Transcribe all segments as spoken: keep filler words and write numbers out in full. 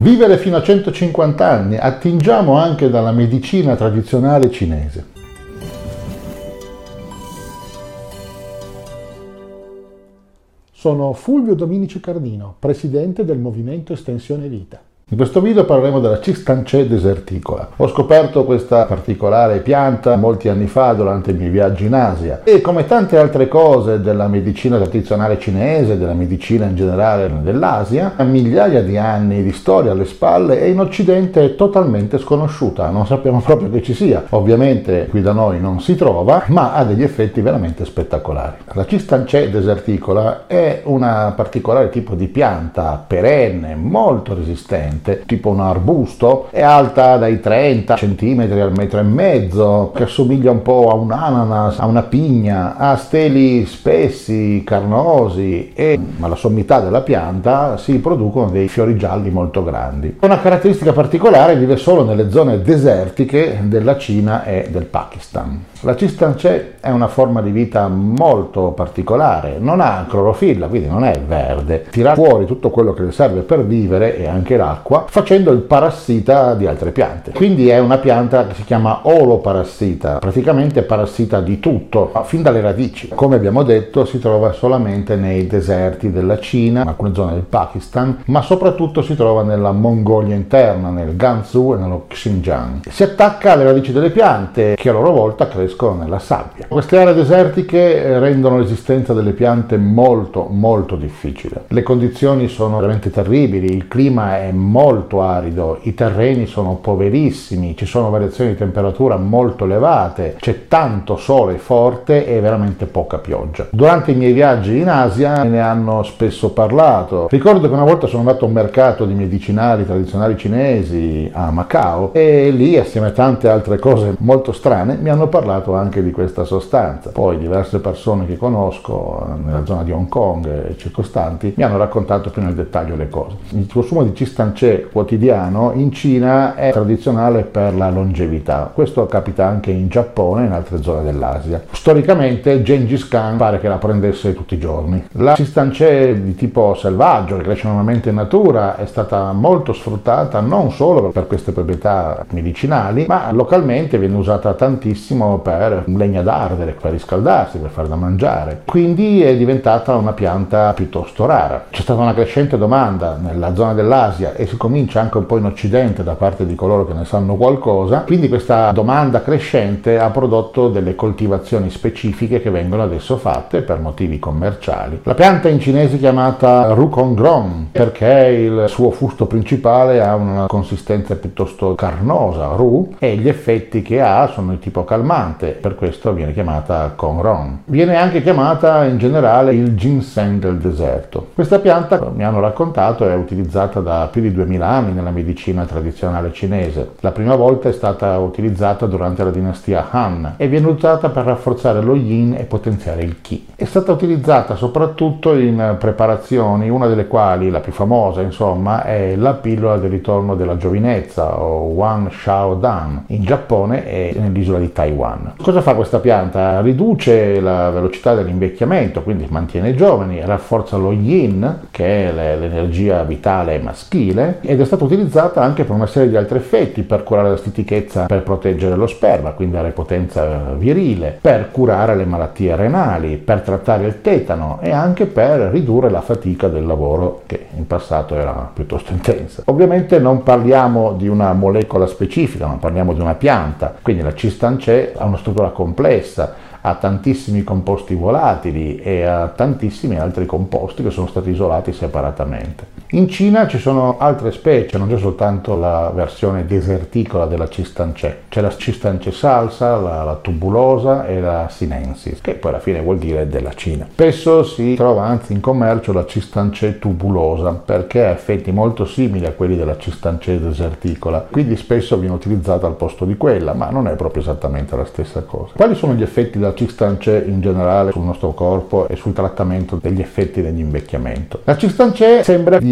Vivere fino a centocinquanta anni, attingiamo anche dalla medicina tradizionale cinese. Sono Fulvio Dominici Cardino, presidente del Movimento Estensione Vita. In questo video parleremo della Cistancea deserticola. Ho scoperto questa particolare pianta molti anni fa durante i miei viaggi in Asia e, come tante altre cose della medicina tradizionale cinese, della medicina in generale dell'Asia, ha migliaia di anni di storia alle spalle e in Occidente è totalmente sconosciuta, non sappiamo proprio che ci sia. Ovviamente qui da noi non si trova, ma ha degli effetti veramente spettacolari. La Cistancea deserticola è una particolare tipo di pianta perenne, molto resistente, tipo un arbusto, è alta dai trenta centimetri al metro e mezzo, che assomiglia un po' a un ananas, a una pigna, ha steli spessi, carnosi e alla sommità della pianta si producono dei fiori gialli molto grandi. Una caratteristica particolare: vive solo nelle zone desertiche della Cina e del Pakistan. La Cistancea è una forma di vita molto particolare, non ha clorofilla, quindi non è verde, tira fuori tutto quello che le serve per vivere e anche l'acqua, facendo il parassita di altre piante. Quindi è una pianta che si chiama oloparassita, praticamente parassita di tutto, fin dalle radici. Come abbiamo detto, si trova solamente nei deserti della Cina, in alcune zone del Pakistan, ma soprattutto si trova nella Mongolia interna, nel Gansu e nello Xinjiang. Si attacca alle radici delle piante, che a loro volta crescono nella sabbia. Queste aree desertiche rendono l'esistenza delle piante molto molto difficile. Le condizioni sono veramente terribili, il clima è molto arido, i terreni sono poverissimi, ci sono variazioni di temperatura molto elevate, c'è tanto sole forte e veramente poca pioggia. Durante i miei viaggi in Asia ne hanno spesso parlato. Ricordo che una volta sono andato a un mercato di medicinali tradizionali cinesi a Macao e lì, assieme a tante altre cose molto strane, mi hanno parlato anche di questa sostanza. Poi diverse persone che conosco nella zona di Hong Kong e circostanti mi hanno raccontato più nel dettaglio le cose. Il consumo di Cistancea quotidiano in Cina è tradizionale per la longevità. Questo capita anche in Giappone e in altre zone dell'Asia. Storicamente Gengis Khan pare che la prendesse tutti i giorni. La Cistancea di tipo selvaggio, che cresce normalmente in natura, è stata molto sfruttata non solo per queste proprietà medicinali, ma localmente viene usata tantissimo per legna d'ardere, per riscaldarsi, per far da mangiare. Quindi è diventata una pianta piuttosto rara. C'è stata una crescente domanda nella zona dell'Asia e si comincia anche un po' in Occidente da parte di coloro che ne sanno qualcosa, quindi questa domanda crescente ha prodotto delle coltivazioni specifiche che vengono adesso fatte per motivi commerciali. La pianta in cinese è chiamata Rukongron perché il suo fusto principale ha una consistenza piuttosto carnosa, Ru, e gli effetti che ha sono di tipo calmante, per questo viene chiamata Kongron. Viene anche chiamata in generale il ginseng del deserto. Questa pianta, mi hanno raccontato, è utilizzata da più di duemila anni nella medicina tradizionale cinese. La prima volta è stata utilizzata durante la dinastia Han e viene usata per rafforzare lo yin e potenziare il Qi. È stata utilizzata soprattutto in preparazioni, una delle quali, la più famosa insomma, è la pillola del ritorno della giovinezza o Wan Shao Dan in Giappone e nell'isola di Taiwan. Cosa fa questa pianta? Riduce la velocità dell'invecchiamento, quindi mantiene i giovani, rafforza lo yin, che è l'energia vitale maschile, ed è stata utilizzata anche per una serie di altri effetti, per curare la stitichezza, per proteggere lo sperma, quindi dare potenza virile, per curare le malattie renali, per trattare il tetano e anche per ridurre la fatica del lavoro, che in passato era piuttosto intensa. Ovviamente non parliamo di una molecola specifica, ma parliamo di una pianta, quindi la Cistancea ha una struttura complessa, ha tantissimi composti volatili e ha tantissimi altri composti che sono stati isolati separatamente. In Cina ci sono altre specie, non c'è soltanto la versione deserticola della Cistancea, c'è la Cistancea salsa, la, la tubulosa e la sinensis, che poi alla fine vuol dire della Cina. Spesso si trova anzi in commercio la Cistancea tubulosa perché ha effetti molto simili a quelli della Cistancea deserticola, quindi spesso viene utilizzata al posto di quella, ma non è proprio esattamente la stessa cosa. Quali sono gli effetti della Cistancea in generale sul nostro corpo e sul trattamento degli effetti dell'invecchiamento? La Cistancea sembra di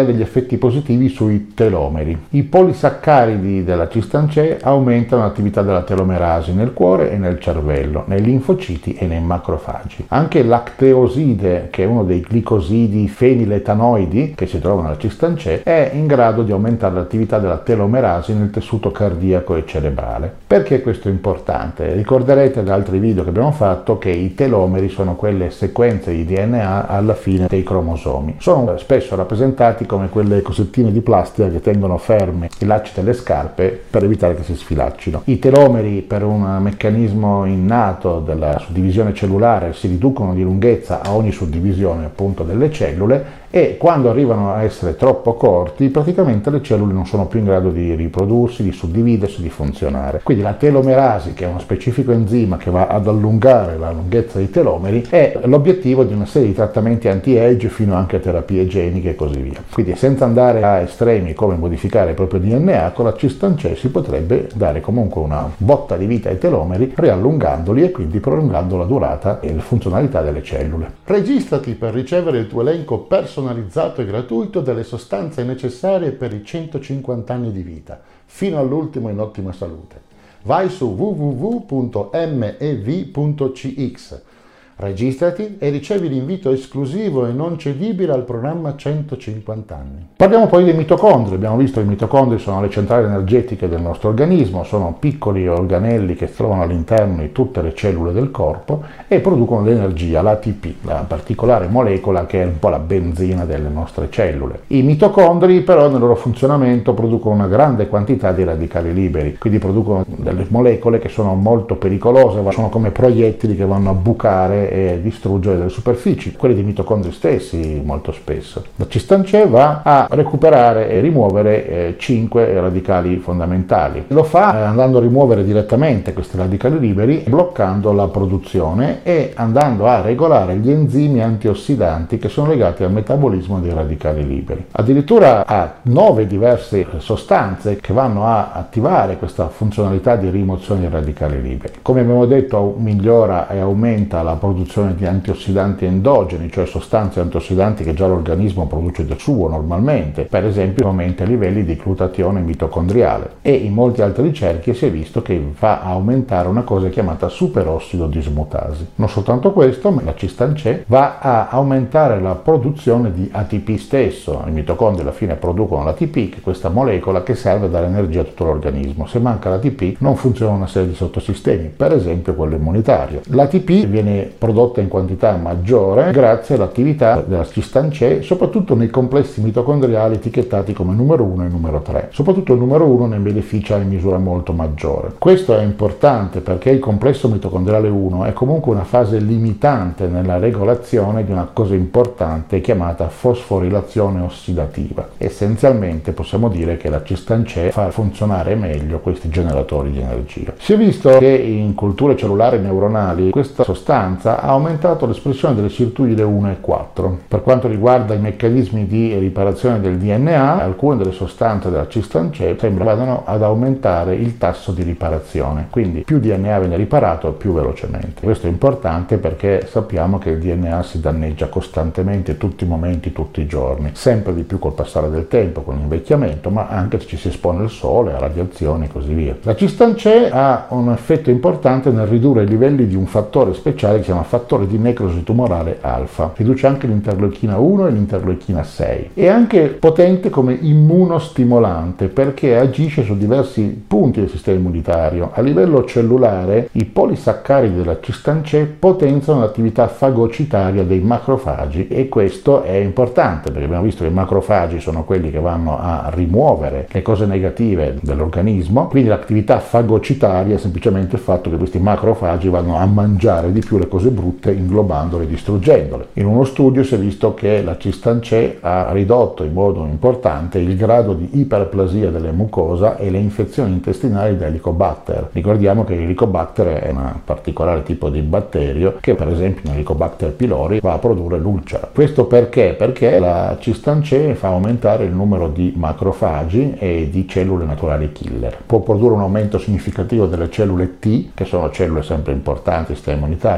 ha degli effetti positivi sui telomeri. I polisaccaridi della cistancea aumentano l'attività della telomerasi nel cuore e nel cervello, nei linfociti e nei macrofagi. Anche l'acteoside, che è uno dei glicosidi feniletanoidi che si trovano nella cistancea, è in grado di aumentare l'attività della telomerasi nel tessuto cardiaco e cerebrale. Perché questo è importante? Ricorderete da altri video che abbiamo fatto che i telomeri sono quelle sequenze di D N A alla fine dei cromosomi. Sono spesso rappresentati come quelle cosettine di plastica che tengono ferme i lacci delle scarpe per evitare che si sfilaccino. I telomeri, per un meccanismo innato della suddivisione cellulare, si riducono di lunghezza a ogni suddivisione appunto delle cellule, e quando arrivano a essere troppo corti praticamente le cellule non sono più in grado di riprodursi, di suddividersi, di funzionare. Quindi la telomerasi, che è uno specifico enzima che va ad allungare la lunghezza dei telomeri, è l'obiettivo di una serie di trattamenti anti-age fino anche a terapie geniche e così via. Quindi senza andare a estremi come modificare il proprio D N A, con la cistancea si potrebbe dare comunque una botta di vita ai telomeri riallungandoli e quindi prolungando la durata e la funzionalità delle cellule. Registrati per ricevere il tuo elenco personalizzato personalizzato e gratuito delle sostanze necessarie per i centocinquanta anni di vita, fino all'ultimo in ottima salute. Vai su w w w punto mev punto c x, registrati e ricevi l'invito esclusivo e non cedibile al programma centocinquanta anni. Parliamo poi dei mitocondri. Abbiamo visto che i mitocondri sono le centrali energetiche del nostro organismo, sono piccoli organelli che si trovano all'interno di tutte le cellule del corpo e producono l'energia, l'A T P, la particolare molecola che è un po' la benzina delle nostre cellule. I mitocondri però nel loro funzionamento producono una grande quantità di radicali liberi, quindi producono delle molecole che sono molto pericolose, sono come proiettili che vanno a bucare e distruggere delle superfici, quelle dei mitocondri stessi molto spesso. La cistancea va a recuperare e rimuovere eh, cinque radicali fondamentali. Lo fa eh, andando a rimuovere direttamente questi radicali liberi, bloccando la produzione e andando a regolare gli enzimi antiossidanti che sono legati al metabolismo dei radicali liberi. Addirittura ha nove diverse sostanze che vanno a attivare questa funzionalità di rimozione dei radicali liberi. Come abbiamo detto, migliora e aumenta la produzione di antiossidanti endogeni, cioè sostanze antiossidanti che già l'organismo produce da suo normalmente, per esempio aumenta i livelli di glutatione mitocondriale, e in molte altre ricerche si è visto che va a aumentare una cosa chiamata superossido dismutasi. Non soltanto questo, ma la cistancea va a aumentare la produzione di A T P stesso. I mitocondri alla fine producono l'A T P, che è questa molecola che serve a dare energia a tutto l'organismo. Se manca l'A T P non funziona una serie di sottosistemi, per esempio quello immunitario. L'A T P viene prodotta in quantità maggiore grazie all'attività della cistancea, soprattutto nei complessi mitocondriali etichettati come numero uno e numero tre. Soprattutto il numero uno ne beneficia in misura molto maggiore. Questo è importante perché il complesso mitocondriale uno è comunque una fase limitante nella regolazione di una cosa importante chiamata fosforilazione ossidativa. Essenzialmente possiamo dire che la cistancea fa funzionare meglio questi generatori di energia. Si è visto che in culture cellulari neuronali questa sostanza ha aumentato l'espressione delle sirtuide uno e quattro. Per quanto riguarda i meccanismi di riparazione del D N A, alcune delle sostanze della cistancea sembra vadano ad aumentare il tasso di riparazione, quindi più D N A viene riparato più velocemente. Questo è importante perché sappiamo che il D N A si danneggia costantemente, tutti i momenti, tutti i giorni, sempre di più col passare del tempo, con l'invecchiamento, ma anche se ci si espone al sole, a radiazioni e così via. La cistancea ha un effetto importante nel ridurre i livelli di un fattore speciale che si chiama fattore di necrosi tumorale alfa, riduce anche l'interleuchina uno e l'interleuchina sei. È anche potente come immunostimolante perché agisce su diversi punti del sistema immunitario. A livello cellulare i polisaccaridi della cistancea potenziano l'attività fagocitaria dei macrofagi, e questo è importante perché abbiamo visto che i macrofagi sono quelli che vanno a rimuovere le cose negative dell'organismo, quindi l'attività fagocitaria è semplicemente il fatto che questi macrofagi vanno a mangiare di più le cose brutte, inglobandole e distruggendole. In uno studio si è visto che la cistancea ha ridotto in modo importante il grado di iperplasia delle mucosa e le infezioni intestinali da Helicobacter. Ricordiamo che l'Helicobacter è un particolare tipo di batterio che per esempio nell'Helicobacter pylori va a produrre l'ulcera. Questo perché? Perché la cistancea fa aumentare il numero di macrofagi e di cellule naturali killer. Può produrre un aumento significativo delle cellule T, che sono cellule sempre importanti del sistema immunitario, abbiamo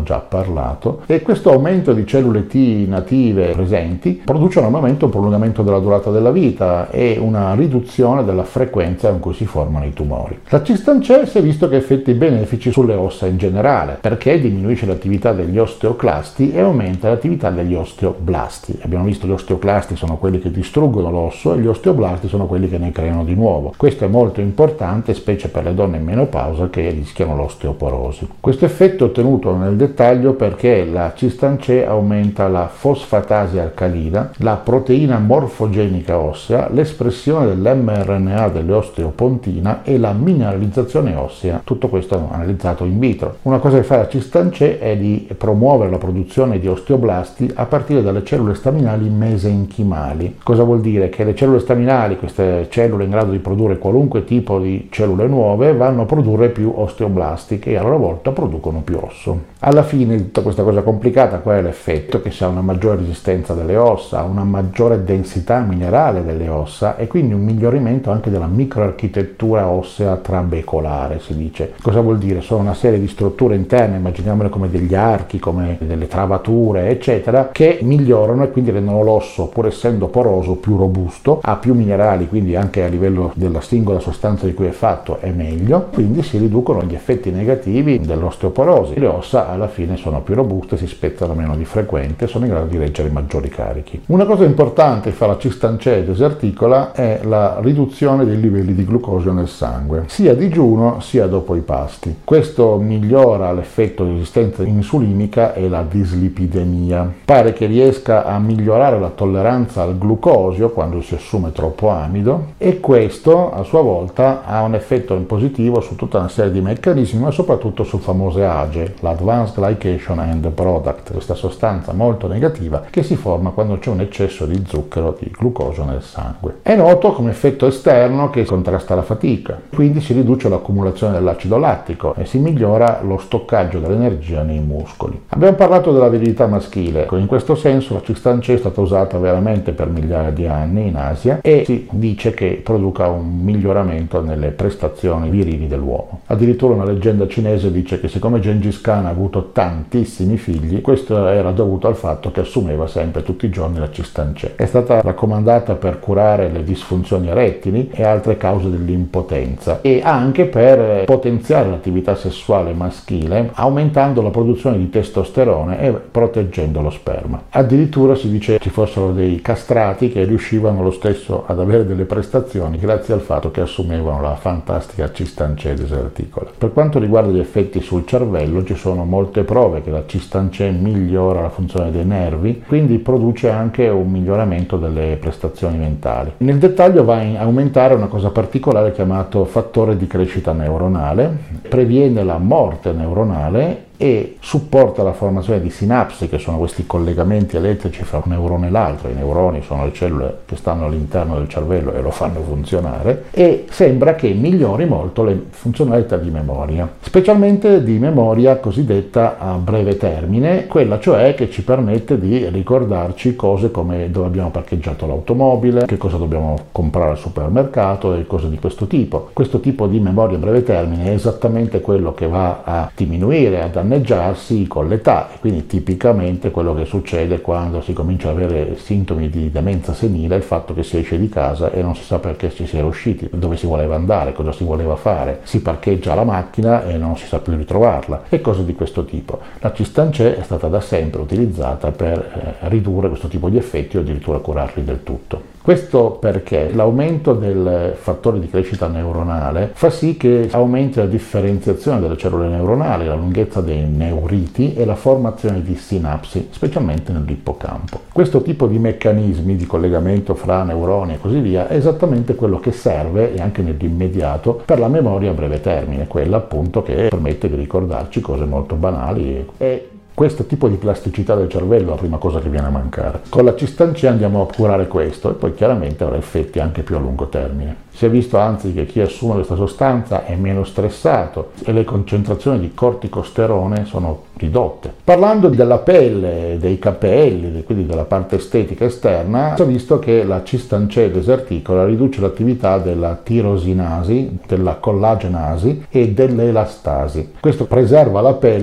già parlato, e questo aumento di cellule T native presenti produce normalmente un prolungamento della durata della vita e una riduzione della frequenza con cui si formano i tumori. La cistancè si è visto che ha effetti benefici sulle ossa in generale, perché diminuisce l'attività degli osteoclasti e aumenta l'attività degli osteoblasti. Abbiamo visto gli osteoclasti sono quelli che distruggono l'osso e gli osteoblasti sono quelli che ne creano di nuovo. Questo è molto importante, specie per le donne in menopausa che rischiano l'osteoporosi. Questo effetto è ottenuto nel dettaglio perché la cistancè aumenta la fosfatasi alcalina, la proteina morfogenica ossea, l'espressione dell'emme erre enne a delle osteopontina e la mineralizzazione ossea. Tutto questo analizzato in vitro. Una cosa che fa la cistancè è di promuovere la produzione di osteoblasti a partire dalle cellule staminali mesenchimali. Cosa vuol dire? Che le cellule staminali, queste cellule in grado di produrre qualunque tipo di cellule nuove, vanno a produrre più osteoblasti che a loro volta producono più osso. Alla fine di tutta questa cosa complicata, qual è l'effetto? Che si ha una maggiore resistenza delle ossa, una maggiore densità minerale delle ossa e quindi un miglioramento anche della microarchitettura ossea trabecolare, si dice. Cosa vuol dire? Sono una serie di strutture interne, immaginiamole come degli archi, come delle travature, eccetera, che migliorano e quindi rendono l'osso, pur essendo poroso, più robusto, ha più minerali, quindi anche a livello della singola sostanza di cui è fatto è meglio, quindi si riducono gli effetti negativi dell'osteoporosi. Le ossa alla fine sono più robuste, si spezzano meno di frequente, sono in grado di reggere maggiori carichi. Una cosa importante che fa la cistancè deserticola è la riduzione dei livelli di glucosio nel sangue, sia a digiuno sia dopo i pasti. Questo migliora l'effetto di resistenza insulinica e la dislipidemia. Pare che riesca a migliorare la tolleranza al glucosio quando si assume troppo amido, e questo a sua volta ha un effetto positivo su tutta una serie di meccanismi, ma soprattutto sul famoso A G E, l'Advanced Glycation End Product, questa sostanza molto negativa che si forma quando c'è un eccesso di zucchero, di glucosio nel sangue. È noto come effetto esterno che contrasta la fatica, quindi si riduce l'accumulazione dell'acido lattico e si migliora lo stoccaggio dell'energia nei muscoli. Abbiamo parlato della virilità maschile, in questo senso la cistancè è stata usata veramente per migliaia di anni in Asia e si dice che produca un miglioramento nelle prestazioni virili dell'uomo. Addirittura una leggenda cinese dice che siccome Gengis Khan ha avuto tantissimi figli, questo era dovuto al fatto che assumeva sempre tutti i giorni la cistancè. È stata raccomandata per curare le disfunzioni erettili e altre cause dell'impotenza e anche per potenziare l'attività sessuale maschile, aumentando la produzione di testosterone e proteggendo lo sperma. Addirittura si dice ci fossero dei castrati che riuscivano lo stesso ad avere delle prestazioni grazie al fatto che assumevano la fantastica cistancè deserticola. Per quanto riguarda gli effetti sul cervello, ci sono molte prove che la cistancè migliora la funzione dei nervi, quindi produce anche un miglioramento delle prestazioni mentali. Nel dettaglio va a aumentare una cosa particolare chiamato fattore di crescita neuronale, previene la morte neuronale e supporta la formazione di sinapsi, che sono questi collegamenti elettrici fra un neurone e l'altro. I neuroni sono le cellule che stanno all'interno del cervello e lo fanno funzionare, e sembra che migliori molto le funzionalità di memoria, specialmente di memoria cosiddetta a breve termine, quella cioè che ci permette di ricordarci cose come dove abbiamo parcheggiato l'automobile, che cosa dobbiamo comprare al supermercato e cose di questo tipo. Questo tipo di memoria a breve termine è esattamente quello che va a diminuire, a danneggiarsi con l'età, e quindi tipicamente quello che succede quando si comincia ad avere sintomi di demenza senile è il fatto che si esce di casa e non si sa perché ci si era usciti, dove si voleva andare, cosa si voleva fare, si parcheggia la macchina e non si sa più ritrovarla e cose di questo tipo. La cistancè è stata da sempre utilizzata per eh, ridurre questo tipo di effetti o addirittura curarli del tutto. Questo perché l'aumento del fattore di crescita neuronale fa sì che aumenti la differenziazione delle cellule neuronali, la lunghezza dei neuriti e la formazione di sinapsi, specialmente nell'ippocampo. Questo tipo di meccanismi di collegamento fra neuroni e così via è esattamente quello che serve, e anche nell'immediato, per la memoria a breve termine, quella appunto che permette di ricordarci cose molto banali. E questo tipo di plasticità del cervello è la prima cosa che viene a mancare. Con la cistancè andiamo a curare questo e poi chiaramente avrà effetti anche più a lungo termine. Si è visto anzi che chi assume questa sostanza è meno stressato e le concentrazioni di corticosterone sono ridotte. Parlando della pelle, dei capelli, quindi della parte estetica esterna, si è visto che la cistancè deserticola riduce l'attività della tirosinasi, della collagenasi e dell'elastasi. Questo preserva la pelle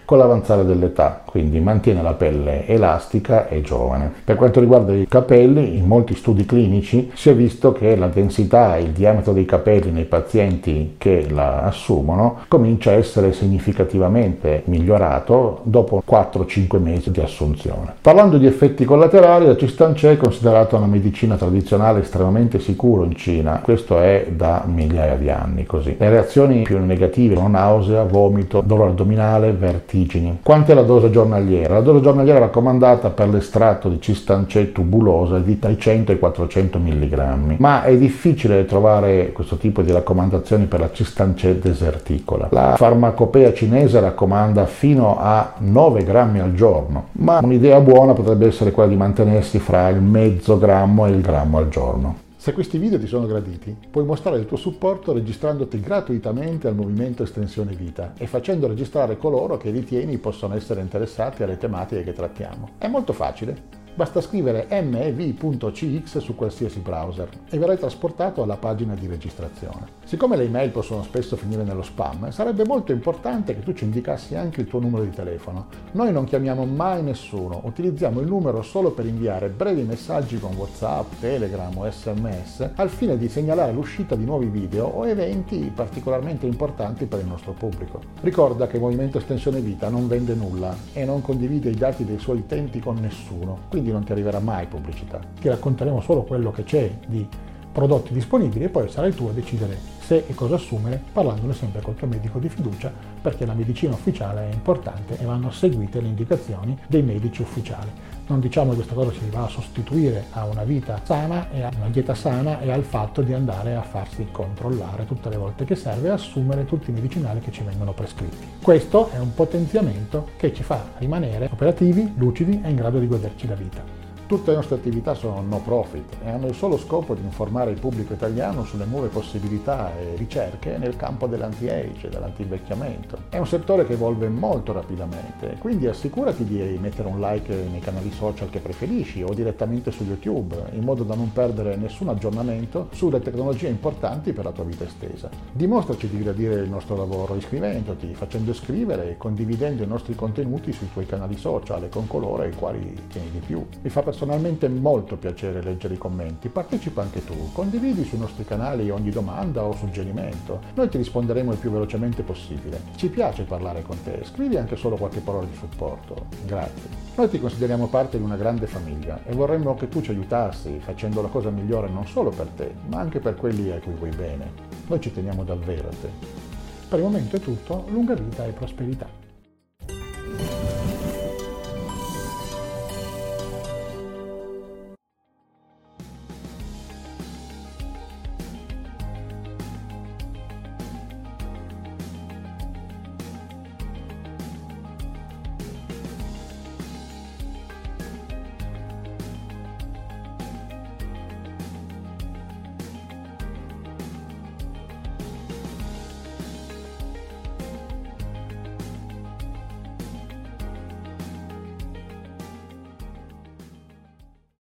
con l'avanzare dell'età, quindi mantiene la pelle elastica e giovane. Per quanto riguarda i capelli, in molti studi clinici si è visto che la densità e il diametro dei capelli nei pazienti che la assumono comincia a essere significativamente migliorato dopo quattro cinque mesi di assunzione. Parlando di effetti collaterali, la Cistancè è considerata una medicina tradizionale estremamente sicura in Cina, questo è da migliaia di anni così. Le reazioni più negative sono nausea, vomito, dolore addominale, vertigini. Quanta è la dose giornaliera? La dose giornaliera raccomandata per l'estratto di Cistancè tubulosa è di trecento ai quattrocento milligrammi, ma è difficile trovare questo tipo di raccomandazioni per la Cistancè deserticola. La farmacopea cinese raccomanda fino a nove grammi al giorno, ma un'idea buona potrebbe essere quella di mantenersi fra il mezzo grammo e il grammo al giorno. Se questi video ti sono graditi, puoi mostrare il tuo supporto registrandoti gratuitamente al Movimento Estensione Vita e facendo registrare coloro che ritieni possono essere interessati alle tematiche che trattiamo. È molto facile. Basta scrivere mev punto c x su qualsiasi browser e verrai trasportato alla pagina di registrazione. Siccome le email possono spesso finire nello spam, sarebbe molto importante che tu ci indicassi anche il tuo numero di telefono. Noi non chiamiamo mai nessuno, utilizziamo il numero solo per inviare brevi messaggi con WhatsApp, Telegram o S M S al fine di segnalare l'uscita di nuovi video o eventi particolarmente importanti per il nostro pubblico. Ricorda che il Movimento Estensione Vita non vende nulla e non condivide i dati dei suoi utenti con nessuno, quindi non ti arriverà mai pubblicità. Ti racconteremo solo quello che c'è di prodotti disponibili e poi sarai tu a decidere se e cosa assumere, parlandone sempre col tuo medico di fiducia, perché la medicina ufficiale è importante e vanno seguite le indicazioni dei medici ufficiali. Non diciamo che questa cosa si va a sostituire a una vita sana e a una dieta sana e al fatto di andare a farsi controllare tutte le volte che serve e assumere tutti i medicinali che ci vengono prescritti. Questo è un potenziamento che ci fa rimanere operativi, lucidi e in grado di goderci la vita. Tutte le nostre attività sono no profit e hanno il solo scopo di informare il pubblico italiano sulle nuove possibilità e ricerche nel campo dell'anti-age e dell'antivecchiamento. È un settore che evolve molto rapidamente, quindi assicurati di mettere un like nei canali social che preferisci o direttamente su YouTube, in modo da non perdere nessun aggiornamento sulle tecnologie importanti per la tua vita estesa. Dimostraci di gradire il nostro lavoro iscrivendoti, facendo iscrivere e condividendo i nostri contenuti sui tuoi canali social e con coloro ai quali tieni di più. Mi fa personalmente molto piacere leggere i commenti, partecipa anche tu, condividi sui nostri canali ogni domanda o suggerimento, noi ti risponderemo il più velocemente possibile. Ci piace parlare con te, scrivi anche solo qualche parola di supporto, grazie. Noi ti consideriamo parte di una grande famiglia e vorremmo che tu ci aiutassi facendo la cosa migliore non solo per te, ma anche per quelli a cui vuoi bene. Noi ci teniamo davvero a te. Per il momento è tutto, lunga vita e prosperità.